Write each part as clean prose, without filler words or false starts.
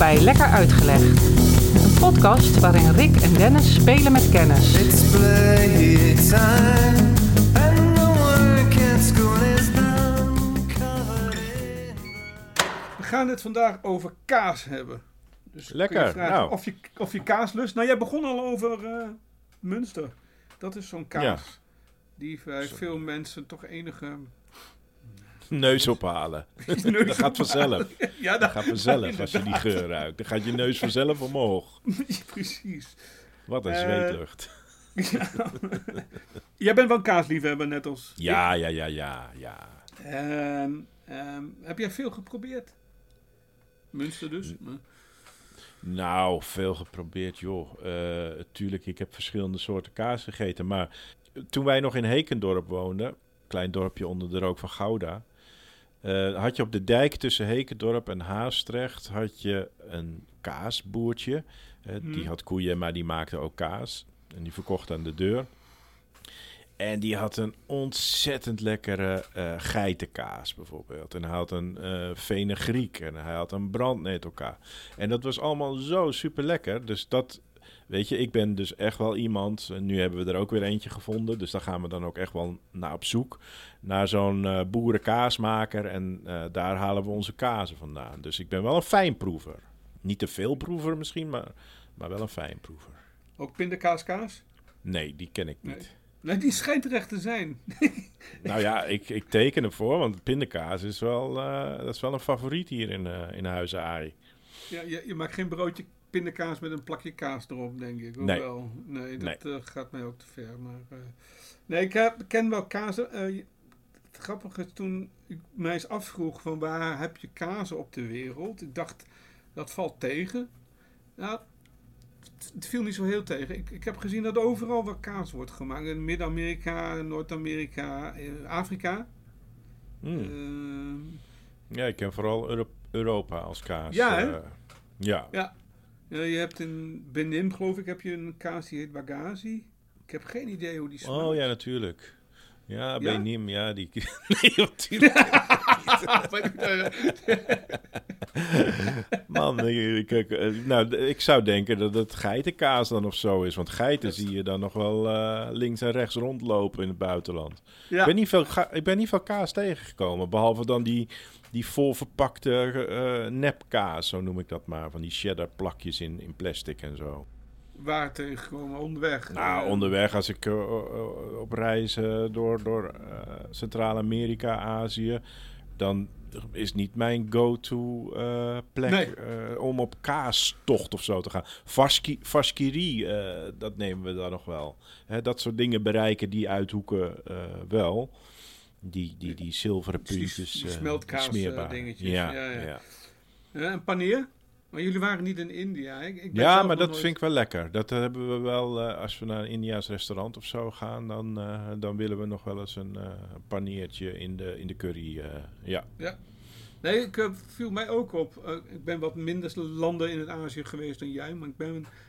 bij Lekker Uitgelegd. Een podcast waarin Rick en Dennis spelen met kennis. It's playtime and the work at school is done. We gaan het vandaag over kaas hebben. Dus Lekker, kun je vragen nou. of je kaas lust. Nou, jij begon al over Münster. Dat is zo'n kaas. Ja. Die bij veel mensen toch enige... Neus ophalen. Dat gaat vanzelf. Ja, Dat gaat vanzelf als je die geur ruikt. Dan gaat je neus vanzelf omhoog. Precies. Wat een zweetlucht. Ja. Jij bent wel een kaasliefhebber, net als ik. Ja. Heb jij veel geprobeerd? Münster dus? Nou, veel geprobeerd, joh. Tuurlijk, ik heb verschillende soorten kaas gegeten. Maar toen wij nog in Hekendorp woonden, klein dorpje onder de rook van Gouda, had je op de dijk tussen Hekendorp en Haastrecht had je een kaasboertje. Die had koeien, maar die maakte ook kaas. En die verkocht aan de deur. En die had een ontzettend lekkere geitenkaas bijvoorbeeld. En hij had een fenugreek en hij had een brandnetelkaas. En dat was allemaal zo super lekker. Dus dat, weet je, ik ben dus echt wel iemand. Nu hebben we er ook weer eentje gevonden. Dus daar gaan we dan ook echt wel naar op zoek. Naar zo'n boerenkaasmaker. En daar halen we onze kazen vandaan. Dus ik ben wel een fijnproever. Niet te veel proever misschien, maar wel een fijnproever. Ook pindakaaskaas? Nee, die ken ik niet. Nee, die schijnt er echt te zijn. Nou ja, ik teken hem voor, want pindakaas is wel, dat is wel een favoriet hier in Huizen Aai. Ja, je maakt geen broodje pindakaas met een plakje kaas erop, denk ik. Of Nee. wel? Nee, dat gaat mij ook te ver. Maar, nee, ik ken wel kazen. Het grappige is, toen ik mij eens afvroeg van waar heb je kazen op de wereld? Ik dacht, dat valt tegen. Nou, het viel niet zo heel tegen. Ik heb gezien dat overal waar kaas wordt gemaakt. In Midden-Amerika, Noord-Amerika, Afrika. Ja, ik ken vooral Europa als kaas. Ja, hè? Ja. Ja. Je hebt in Benin, geloof ik, heb je een kaas die heet Bagazi. Ik heb geen idee hoe die smaakt. Oh ja, natuurlijk. Ja, Ja? Benim, ja. Die... Nee, natuurlijk. Man, ik zou denken dat het geitenkaas dan of zo is. Want geiten zie je dan nog wel links en rechts rondlopen in het buitenland. Ja. Ik ben niet veel kaas tegengekomen. Behalve dan die vol verpakte nepkaas, zo noem ik dat maar. Van die cheddar plakjes in plastic en zo. Waar tegenkomen? Onderweg? Nou, onderweg als ik op reis door Centraal-Amerika, Azië, dan is niet mijn go-to plek om op kaastocht of zo te gaan. Vaskiri, dat nemen we dan nog wel. Dat soort dingen bereiken die uithoeken wel. Die zilveren puntjes. Die smeltkaas dingetjes. Ja. En paneer? Maar jullie waren niet in India. Ja, maar dat vind ik wel lekker. Dat hebben we wel, als we naar een Indiaas restaurant of zo gaan, dan willen we nog wel eens een paneertje in de curry. Ja. Nee, ik viel mij ook op. Ik ben wat minder landen in het Azië geweest dan jij, maar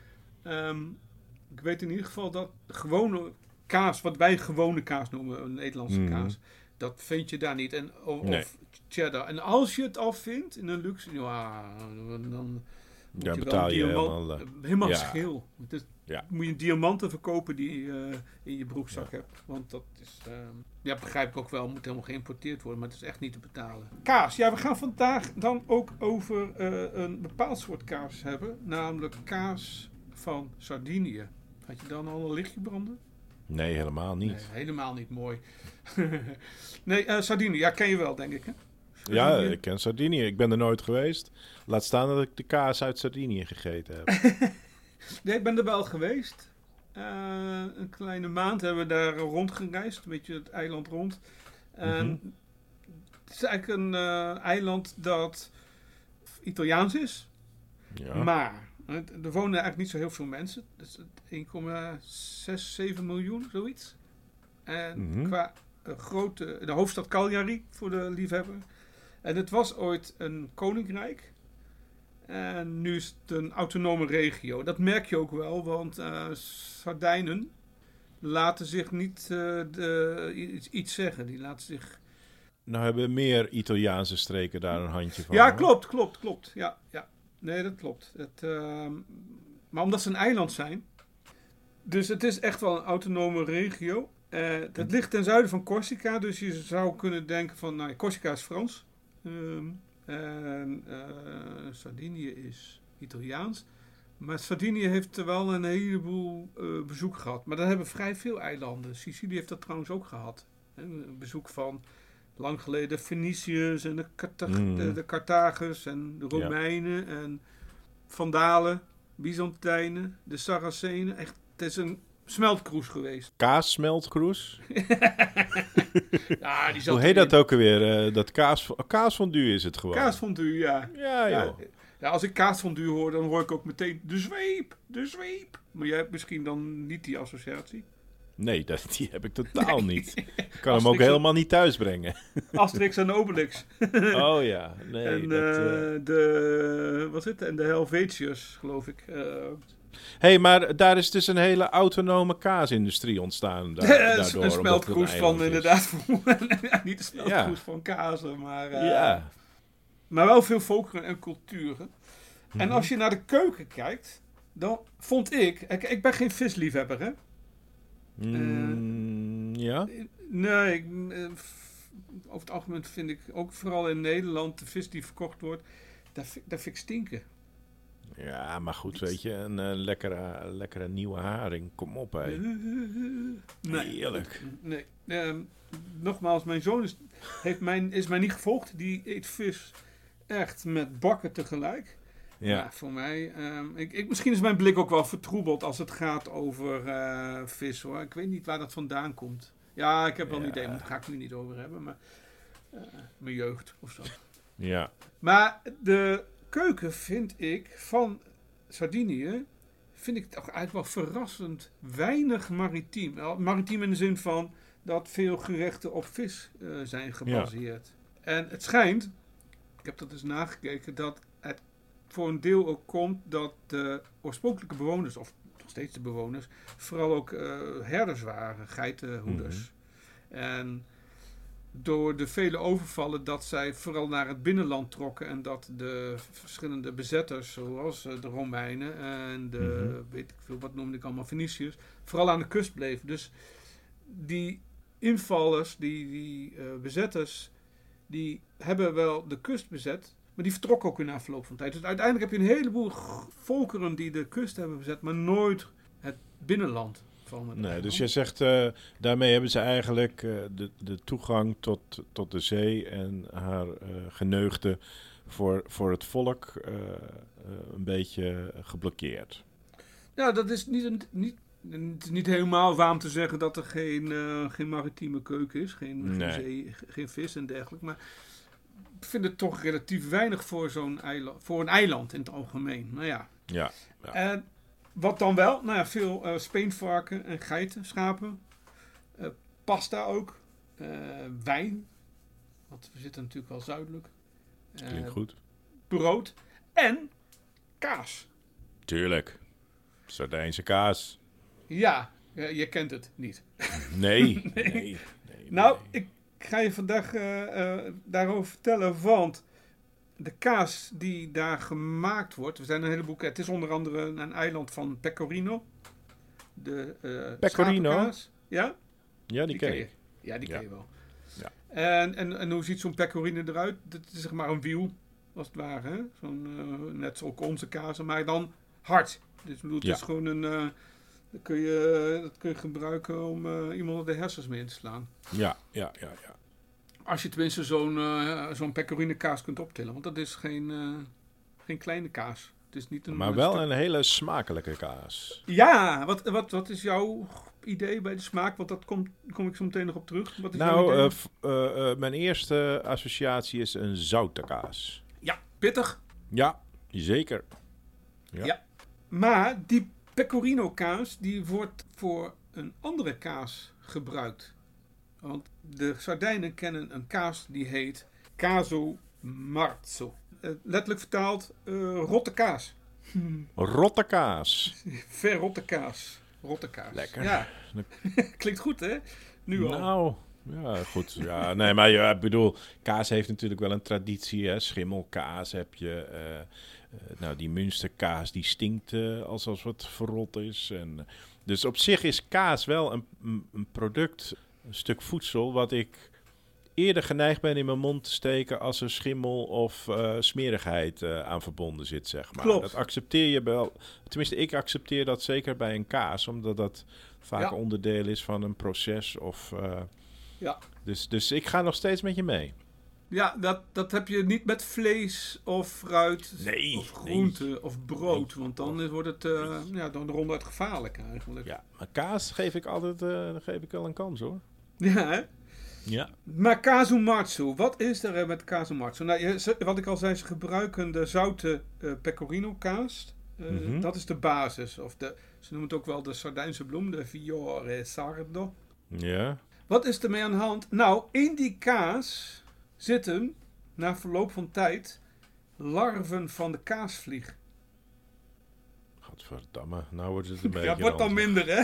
ik weet in ieder geval dat gewone kaas, wat wij gewone kaas noemen, een Nederlandse kaas, dat vind je daar niet. Of cheddar. En als je het al vindt in een luxe, dan moet je betaal wel je helemaal schil. Dus Ja. moet je diamanten verkopen die je in je broekzak hebt. Want dat is, begrijp ik ook wel, moet helemaal geïmporteerd worden, maar het is echt niet te betalen. Kaas, ja, we gaan vandaag dan ook over een bepaald soort kaas hebben, namelijk kaas van Sardinië. Had je dan al een lichtje branden? Nee, helemaal niet. Nee, helemaal niet mooi. Nee, Sardinië, ja, ken je wel, denk ik, hè? Ja, ik ken Sardinië. Ik ben er nooit geweest. Laat staan dat ik de kaas uit Sardinië gegeten heb. Nee, ik ben er wel geweest. Een kleine maand hebben we daar rondgereisd. Een beetje het eiland rond. Het is eigenlijk een eiland dat Italiaans is. Ja. Maar er wonen eigenlijk niet zo heel veel mensen. Dus 1,67 miljoen, zoiets. En qua grootte, de hoofdstad Cagliari, voor de liefhebber. En het was ooit een koninkrijk. En nu is het een autonome regio. Dat merk je ook wel, want Sardijnen laten zich niet iets zeggen. Die laten zich... Nou hebben meer Italiaanse streken daar een handje van. Ja, hè? klopt. Ja. Nee, dat klopt. Maar omdat ze een eiland zijn. Dus het is echt wel een autonome regio. Het ligt ten zuiden van Corsica. Dus je zou kunnen denken van... Nou, Corsica is Frans. Sardinië is Italiaans. Maar Sardinië heeft wel een heleboel bezoek gehad. Maar daar hebben vrij veel eilanden. Sicilië heeft dat trouwens ook gehad. Een bezoek van lang geleden de Feniciërs en de Carthagers en de Romeinen en Vandalen, Byzantijnen, de Saracenen. Echt, het is een smeltkroes geweest. Kaassmeltkroes? Ja, die Hoe heet dat ook alweer? Dat kaasfondue is het gewoon. Kaasfondue, ja. Ja, joh. Ja, als ik kaasfondue hoor, dan hoor ik ook meteen de zweep. Maar jij hebt misschien dan niet die associatie. Nee, die heb ik totaal niet. Ik kan hem Asterix ook helemaal niet thuis brengen. Asterix en Obelix. Oh ja, nee. En en de Helvetiërs, geloof ik. Hey, maar daar is dus een hele autonome kaasindustrie ontstaan. Daardoor, een smeltkroes van, inderdaad. Niet een smeltkroes Ja. van kazen, maar... Ja. Maar wel veel volkeren en culturen. Mhm. En als je naar de keuken kijkt, dan vond ik ben geen visliefhebber, hè? Ja? Nee, over het algemeen vind ik, ook vooral in Nederland, de vis die verkocht wordt, dat vind ik stinken. Ja, maar goed, weet je, een lekkere nieuwe haring. Kom op, hé. Nee. Heerlijk. Nee. Nogmaals, mijn zoon is mij niet gevolgd. Die eet vis echt met bakken tegelijk. Ja. Voor mij... misschien is mijn blik ook wel vertroebeld als het gaat over vis, hoor. Ik weet niet waar dat vandaan komt. Ja, ik heb wel een idee, maar daar ga ik het nu niet over hebben. Maar mijn jeugd of zo. Ja. Maar de keuken vind ik van Sardinië... vind ik toch eigenlijk wel verrassend weinig maritiem. Maritiem in de zin van dat veel gerechten op vis zijn gebaseerd. Ja. En het schijnt, ik heb dat dus nagekeken, dat het voor een deel ook komt dat de oorspronkelijke bewoners, of nog steeds de bewoners, vooral ook herders waren, geitenhoeders. En door de vele overvallen dat zij vooral naar het binnenland trokken en dat de verschillende bezetters, zoals de Romeinen en de, weet ik veel, wat noemde ik allemaal, Feniciërs, vooral aan de kust bleven. Dus die invallers, die bezetters, die hebben wel de kust bezet, maar die vertrokken ook in na verloop van tijd. Dus uiteindelijk heb je een heleboel volkeren die de kust hebben bezet, maar nooit het binnenland. Nee, dus je zegt, daarmee hebben ze eigenlijk de toegang tot de zee en haar geneugde voor het volk een beetje geblokkeerd. Ja, dat is niet helemaal waar om te zeggen dat er geen maritieme keuken is, geen zee, geen vis en dergelijke. Maar ik vind het toch relatief weinig voor voor een eiland in het algemeen. Nou ja. Ja. En wat dan wel? Nou ja, veel speenvarken en geiten, schapen. Pasta ook. Wijn. Want we zitten natuurlijk wel zuidelijk. Klinkt goed. Brood. En kaas. Tuurlijk. Sardijnse kaas. Ja, je kent het niet. Nee. Nou, ik ga je vandaag daarover vertellen, want de kaas die daar gemaakt wordt, er zijn een heleboel. Het is onder andere een eiland van Pecorino. De Pecorino? schapenkaas. Ja? Ja, die ken ik. Ja, die ken je wel. Ja. En hoe ziet zo'n Pecorino eruit? Dat is zeg maar een wiel, als het ware. Hè? Net zoals onze kaas, maar dan hard. Dus ik bedoel, het is gewoon een... dat kun je gebruiken om iemand de hersens mee in te slaan. Ja. Als je tenminste zo'n pecorino kaas kunt optillen. Want dat is geen kleine kaas. Het is niet maar wel een hele smakelijke kaas. Ja, wat is jouw idee bij de smaak? Want dat kom ik zo meteen nog op terug. Wat is jouw idee? Mijn eerste associatie is een zoute kaas. Ja, pittig. Ja, zeker. Ja. Maar die pecorino kaas, die wordt voor een andere kaas gebruikt. Want de Sardijnen kennen een kaas die heet caso marzo. Letterlijk vertaald, rotte kaas. Rotte kaas. Verrotte kaas. Rotte kaas. Lekker. Ja. Klinkt goed, hè? Nu al. Nou, ja, goed. Ja, nee, maar ik bedoel, kaas heeft natuurlijk wel een traditie. Hè? Schimmelkaas heb je, die Münsterkaas die stinkt als wat verrot is. Dus op zich is kaas wel een product, een stuk voedsel, wat ik eerder geneigd ben in mijn mond te steken als er schimmel of smerigheid aan verbonden zit, zeg maar. Klopt. Dat accepteer je wel. Tenminste, ik accepteer dat zeker bij een kaas, omdat dat vaak onderdeel is van een proces. Dus ik ga nog steeds met je mee. Ja, dat heb je niet met vlees of fruit of groente of brood. Want dan wordt het dan ronduit gevaarlijk eigenlijk. Ja, maar kaas geef ik altijd geef ik wel een kans, hoor. Ja, hè? Ja. Maar kazumatsu, wat is er met kazumatsu? Nou, wat ik al zei, ze gebruiken de zoute pecorino kaas. Dat is de basis. Ze noemen het ook wel de Sardijnse bloem, de Fiore Sardo. Ja. Wat is ermee aan de hand? Nou, in die kaas zitten, na verloop van tijd, larven van de kaasvlieg. Godverdamme, nou wordt het een beetje... Ja, wordt dan minder, hè?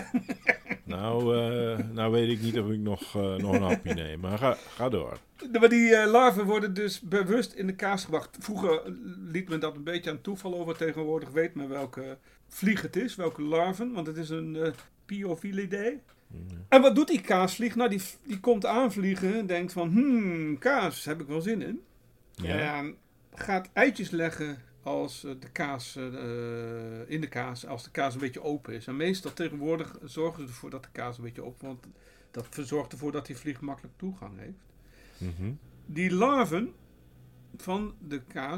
Nou weet ik niet of ik nog een hapje neem, maar ga door. Maar die larven worden dus bewust in de kaas gebracht. Vroeger liet men dat een beetje aan toeval over. Tegenwoordig weet men welke vlieg het is, welke larven. Want het is een Piophilidae. En wat doet die kaasvlieg? Nou, die komt aanvliegen en denkt van... kaas, heb ik wel zin in. Ja. En gaat eitjes leggen als de kaas in de kaas, als de kaas een beetje open is. En meestal tegenwoordig zorgen ze ervoor dat de kaas een beetje open, want dat zorgt ervoor dat die vlieg makkelijk toegang heeft. Mm-hmm. Die larven van de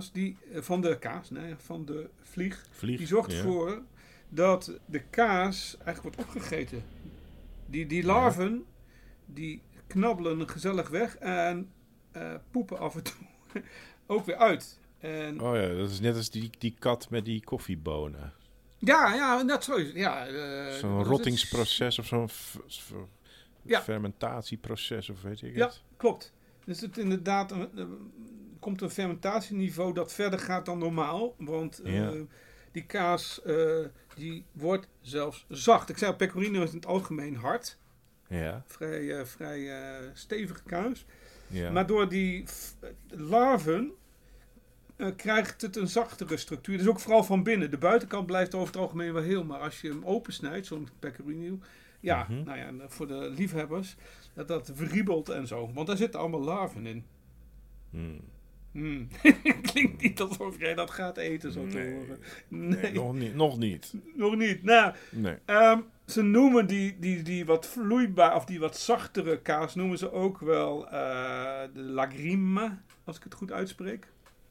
vlieg, die zorgt ervoor dat de kaas eigenlijk wordt opgegeten. Die larven, die knabbelen gezellig weg en poepen af en toe ook weer uit. En dat is net als die kat met die koffiebonen. Ja, dat zo is. Zo'n rottingsproces of zo'n fermentatieproces of weet ik het. Ja, klopt. Dus het inderdaad komt een fermentatieniveau dat verder gaat dan normaal. Want die kaas die wordt zelfs zacht. Ik zei, pecorino is in het algemeen hard. Ja. Vrij stevige kaas. Ja. Maar door die larven krijgt het een zachtere structuur. Dus ook vooral van binnen. De buitenkant blijft over het algemeen wel heel. Maar als je hem opensnijdt, zo'n pecorino... voor de liefhebbers, dat wriebelt en zo. Want daar zitten allemaal larven in. Klinkt niet alsof jij dat gaat eten, zo te horen. Nee, nog niet. Nog niet. Nou, nee. Ze noemen die wat vloeibaar, of die wat zachtere kaas, noemen ze ook wel de lagrima, als ik het goed uitspreek.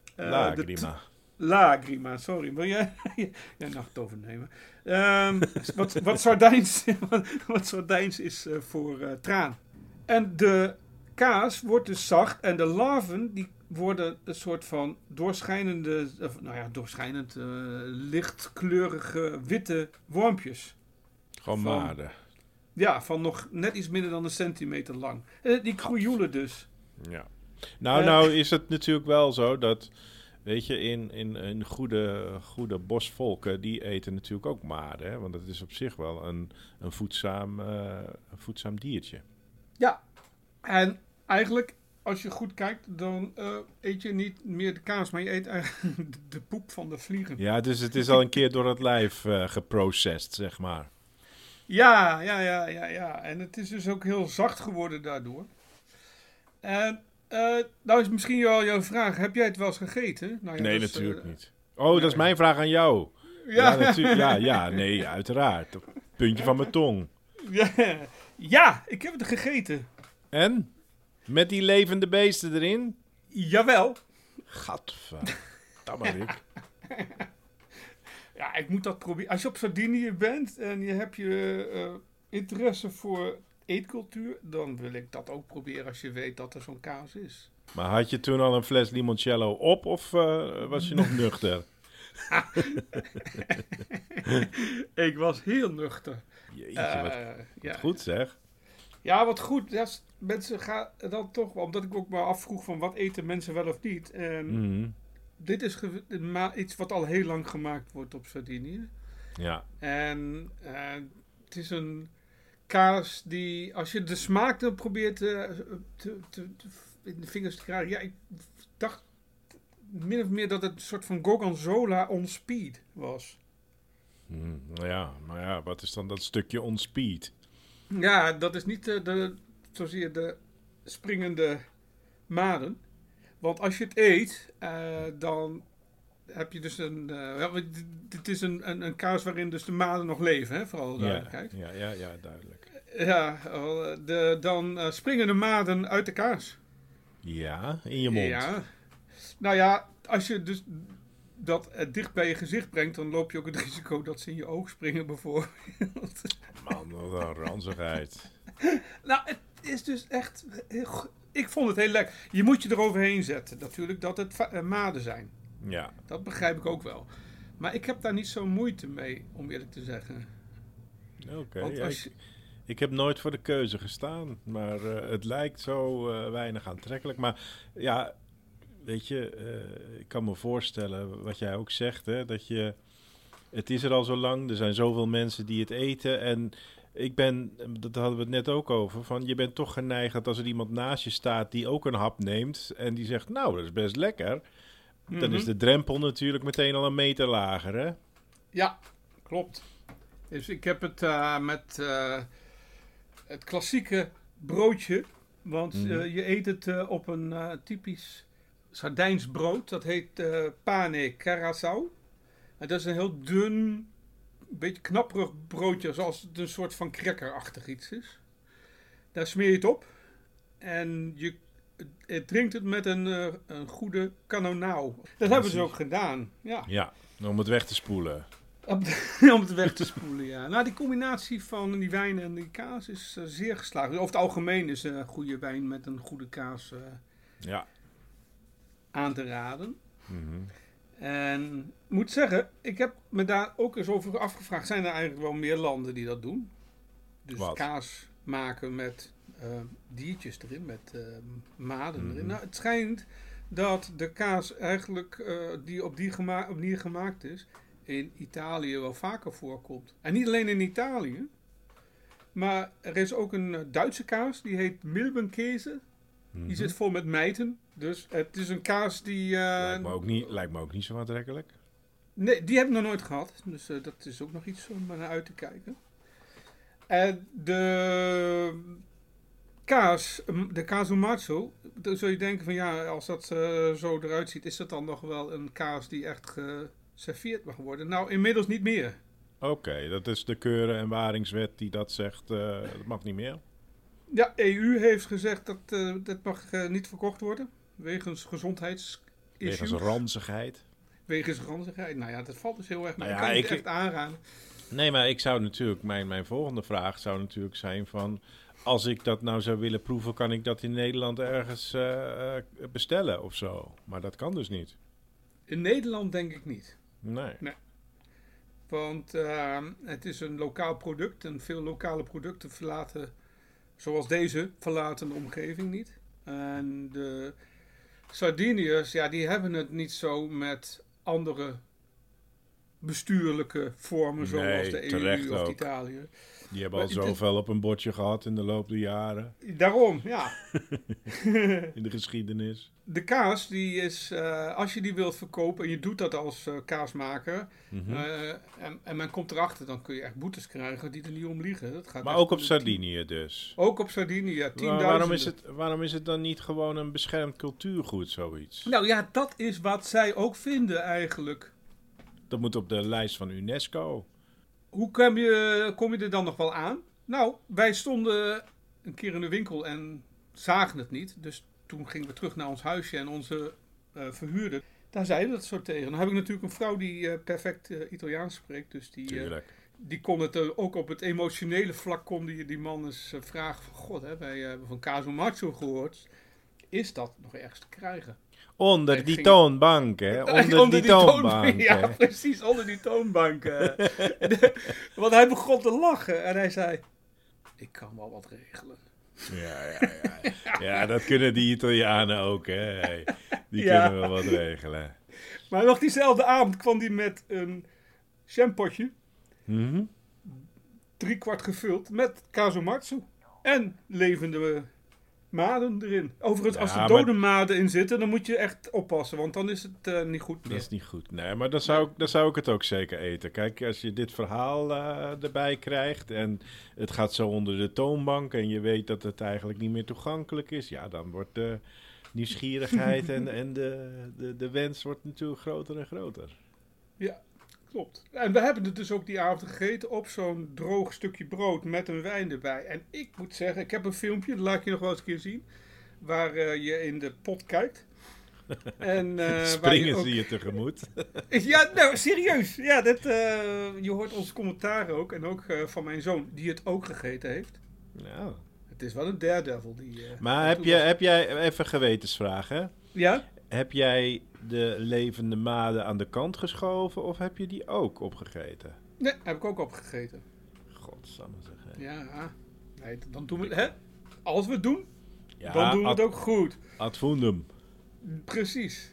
Lagrima, sorry. Wil jij nacht overnemen? Wat Sardijns is voor traan. En de kaas wordt dus zacht en de larven die worden een soort van lichtkleurige witte wormpjes. Gewoon maden. Ja, van nog net iets minder dan een centimeter lang. Die krioelen dus. Ja. Nou is het natuurlijk wel zo dat... Weet je, in goede bosvolken, die eten natuurlijk ook maden. Hè? Want dat is op zich wel een voedzaam diertje. Ja, en eigenlijk, als je goed kijkt, dan eet je niet meer de kaas, maar je eet eigenlijk de poep van de vliegen. Ja, dus het is al een keer door het lijf geprocessed, zeg maar. Ja. En het is dus ook heel zacht geworden daardoor. En... nou is misschien wel jouw vraag. Heb jij het wel eens gegeten? Nou, nee, natuurlijk niet. Dat is mijn vraag aan jou. Nee, uiteraard. Puntje van mijn tong. Ja, ik heb het gegeten. En? Met die levende beesten erin? Jawel. Gadverdamme, Rick. Ja, ik moet dat proberen. Als je op Sardinië bent en je hebt je interesse voor eetcultuur, dan wil ik dat ook proberen als je weet dat er zo'n kaas is. Maar had je toen al een fles limoncello op of was je nog nuchter? Ik was heel nuchter. Jeetje, wat goed zeg. Ja, wat goed. Ja, mensen gaan dan toch, omdat ik ook maar afvroeg van wat eten mensen wel of niet. En dit is iets wat al heel lang gemaakt wordt op Sardinië. Ja. En het is een kaas die, als je de smaak dan probeert in de vingers te krijgen. Ja, ik dacht min of meer dat het een soort van Gorgonzola on speed was. Nou ja, maar ja, wat is dan dat stukje on speed? Ja, dat is niet zozeer de springende maden. Want als je het eet, dan heb je dus dit is een kaas waarin dus de maden nog leven, hè, vooral de duidelijkheid. Ja, duidelijk. Ja, dan springen de maden uit de kaas. Ja, in je mond. Ja. Nou ja, als je dus dat dicht bij je gezicht brengt, dan loop je ook het risico dat ze in je oog springen bijvoorbeeld. Man, wat een ranzigheid. Nou, het is dus echt... Ik vond het heel lekker. Je moet je eroverheen zetten natuurlijk dat het maden zijn. Ja. Dat begrijp ik ook wel. Maar ik heb daar niet zo moeite mee, om eerlijk te zeggen. Oké, Want ja, ik heb nooit voor de keuze gestaan. Maar het lijkt zo weinig aantrekkelijk. Maar ja, weet je, ik kan me voorstellen wat jij ook zegt. Hè, dat je, het is er al zo lang. Er zijn zoveel mensen die het eten. En dat hadden we het net ook over. Van, je bent toch geneigd dat als er iemand naast je staat die ook een hap neemt. En die zegt, nou, dat is best lekker. Dan is de drempel natuurlijk meteen al een meter lager, hè? Ja, klopt. Dus ik heb het met het klassieke broodje. Want je eet het op een typisch Sardijns brood. Dat heet pane curaçao. En dat is een heel dun, beetje knapperig broodje. Zoals het een soort van crackerachtig iets is. Daar smeer je het op. En je drinkt het met een goede canonau. Dat hebben ze ook gedaan. Ja, om het weg te spoelen. Om het weg te spoelen, ja. Nou, die combinatie van die wijn en die kaas is zeer geslaagd. Over het algemeen is een goede wijn met een goede kaas aan te raden. En ik moet zeggen, ik heb me daar ook eens over afgevraagd. Zijn er eigenlijk wel meer landen die dat doen? Dus kaas maken met diertjes erin, met maden erin. Nou, het schijnt dat de kaas eigenlijk die op die manier gemaakt is, in Italië wel vaker voorkomt. En niet alleen in Italië, maar er is ook een Duitse kaas, die heet Milbenkäse. Die zit vol met mijten. Dus het is een kaas die... lijkt me ook niet zo aantrekkelijk. Nee, die heb ik nog nooit gehad. Dus dat is ook nog iets om naar uit te kijken. De kaas, de casomazzo, dan zul je denken van ja, als dat zo eruit ziet, is dat dan nog wel een kaas die echt geserveerd mag worden? Nou, inmiddels niet meer. Oké, dat is de keuren- en waringswet die dat zegt, dat mag niet meer. Ja, EU heeft gezegd dat dat mag niet verkocht worden, wegens gezondheidsissues. Wegens ranzigheid. Wegens ranzigheid, nou ja, dat valt dus heel erg mee. Nou ja, ik kan het echt aanraden. Nee, maar ik zou natuurlijk, mijn volgende vraag zou natuurlijk zijn van, als ik dat nou zou willen proeven, kan ik dat in Nederland ergens bestellen of zo? Maar dat kan dus niet. In Nederland denk ik niet. Nee. Want het is een lokaal product en veel lokale producten verlaten, zoals deze, verlaten de omgeving niet. En de Sardiniërs, ja, die hebben het niet zo met andere bestuurlijke vormen zoals de EU of ook. Italië. Die hebben al zoveel op een bordje gehad in de loop der jaren. Daarom, ja. In de geschiedenis. De kaas, die is, als je die wilt verkopen en je doet dat als kaasmaker, en men komt erachter, dan kun je echt boetes krijgen die er niet om liegen. Dat gaat maar ook op Sardinië dus? Ook op Sardinië, ja, 10.000. Waarom is het dan niet gewoon een beschermd cultuurgoed, zoiets? Nou ja, dat is wat zij ook vinden eigenlijk. Dat moet op de lijst van UNESCO. Hoe kom je er dan nog wel aan? Nou, wij stonden een keer in de winkel en zagen het niet. Dus toen gingen we terug naar ons huisje en onze verhuurder. Daar zeiden we dat zo tegen. Dan heb ik natuurlijk een vrouw die perfect Italiaans spreekt. Dus die kon het ook op het emotionele vlak, kon die man eens vragen van, god, hè, wij hebben van casomazzo gehoord. Is dat nog ergens te krijgen? Onder die toonbank, hè? Onder die toonbank. Ja, precies, onder die toonbank. Want hij begon te lachen en hij zei, ik kan wel wat regelen. Ja, dat kunnen die Italianen ook, hè? Die kunnen wel wat regelen. Maar nog diezelfde avond kwam hij met een champotje, 3/4 gevuld met casomazzo en levende maden erin. Overigens, als Ja, er dode maden in zitten, dan moet je echt oppassen. Want dan is het niet goed meer. Dat is niet goed. Nee, maar dan zou ik het ook zeker eten. Kijk, als je dit verhaal erbij krijgt en het gaat zo onder de toonbank en je weet dat het eigenlijk niet meer toegankelijk is, ja, dan wordt de nieuwsgierigheid en de wens wordt natuurlijk groter en groter. Ja, klopt. En we hebben het dus ook die avond gegeten op zo'n droog stukje brood met een wijn erbij. En ik moet zeggen, ik heb een filmpje, dat laat ik je nog wel eens een keer zien, waar je in de pot kijkt. En, Springen zie je tegemoet. Ja, nou, serieus. Ja, je hoort onze commentaren ook. En ook van mijn zoon, die het ook gegeten heeft. Nou. Het is wel een daredevil. Maar heb jij, even gewetensvraag, hè? Ja? Heb jij de levende maden aan de kant geschoven of heb je die ook opgegeten? Nee, heb ik ook opgegeten. Godsamme zeg. Hè. Ja, nee, dan doen we het, hè? Als we het doen, Ja, dan doen we het ook goed. Ad fundum. Precies.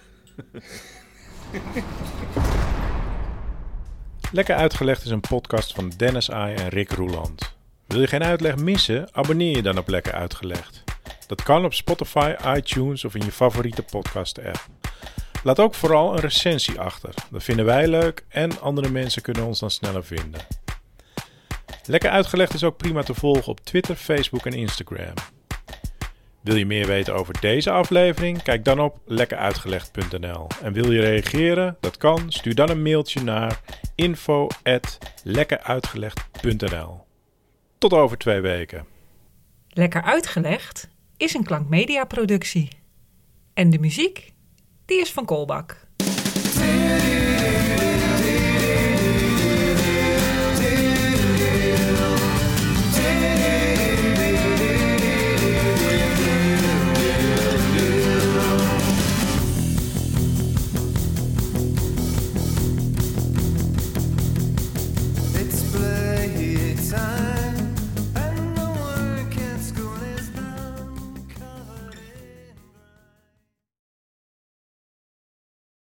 Lekker Uitgelegd is een podcast van Dennis Ai en Rick Roeland. Wil je geen uitleg missen? Abonneer je dan op Lekker Uitgelegd. Dat kan op Spotify, iTunes of in je favoriete podcast-app. Laat ook vooral een recensie achter. Dat vinden wij leuk en andere mensen kunnen ons dan sneller vinden. Lekker Uitgelegd is ook prima te volgen op Twitter, Facebook en Instagram. Wil je meer weten over deze aflevering? Kijk dan op lekkeruitgelegd.nl. En wil je reageren? Dat kan. Stuur dan een mailtje naar info@lekkeruitgelegd.nl. Tot over 2 weken. Lekker Uitgelegd is een klankmedia productie. En de muziek, die is van Kolbak.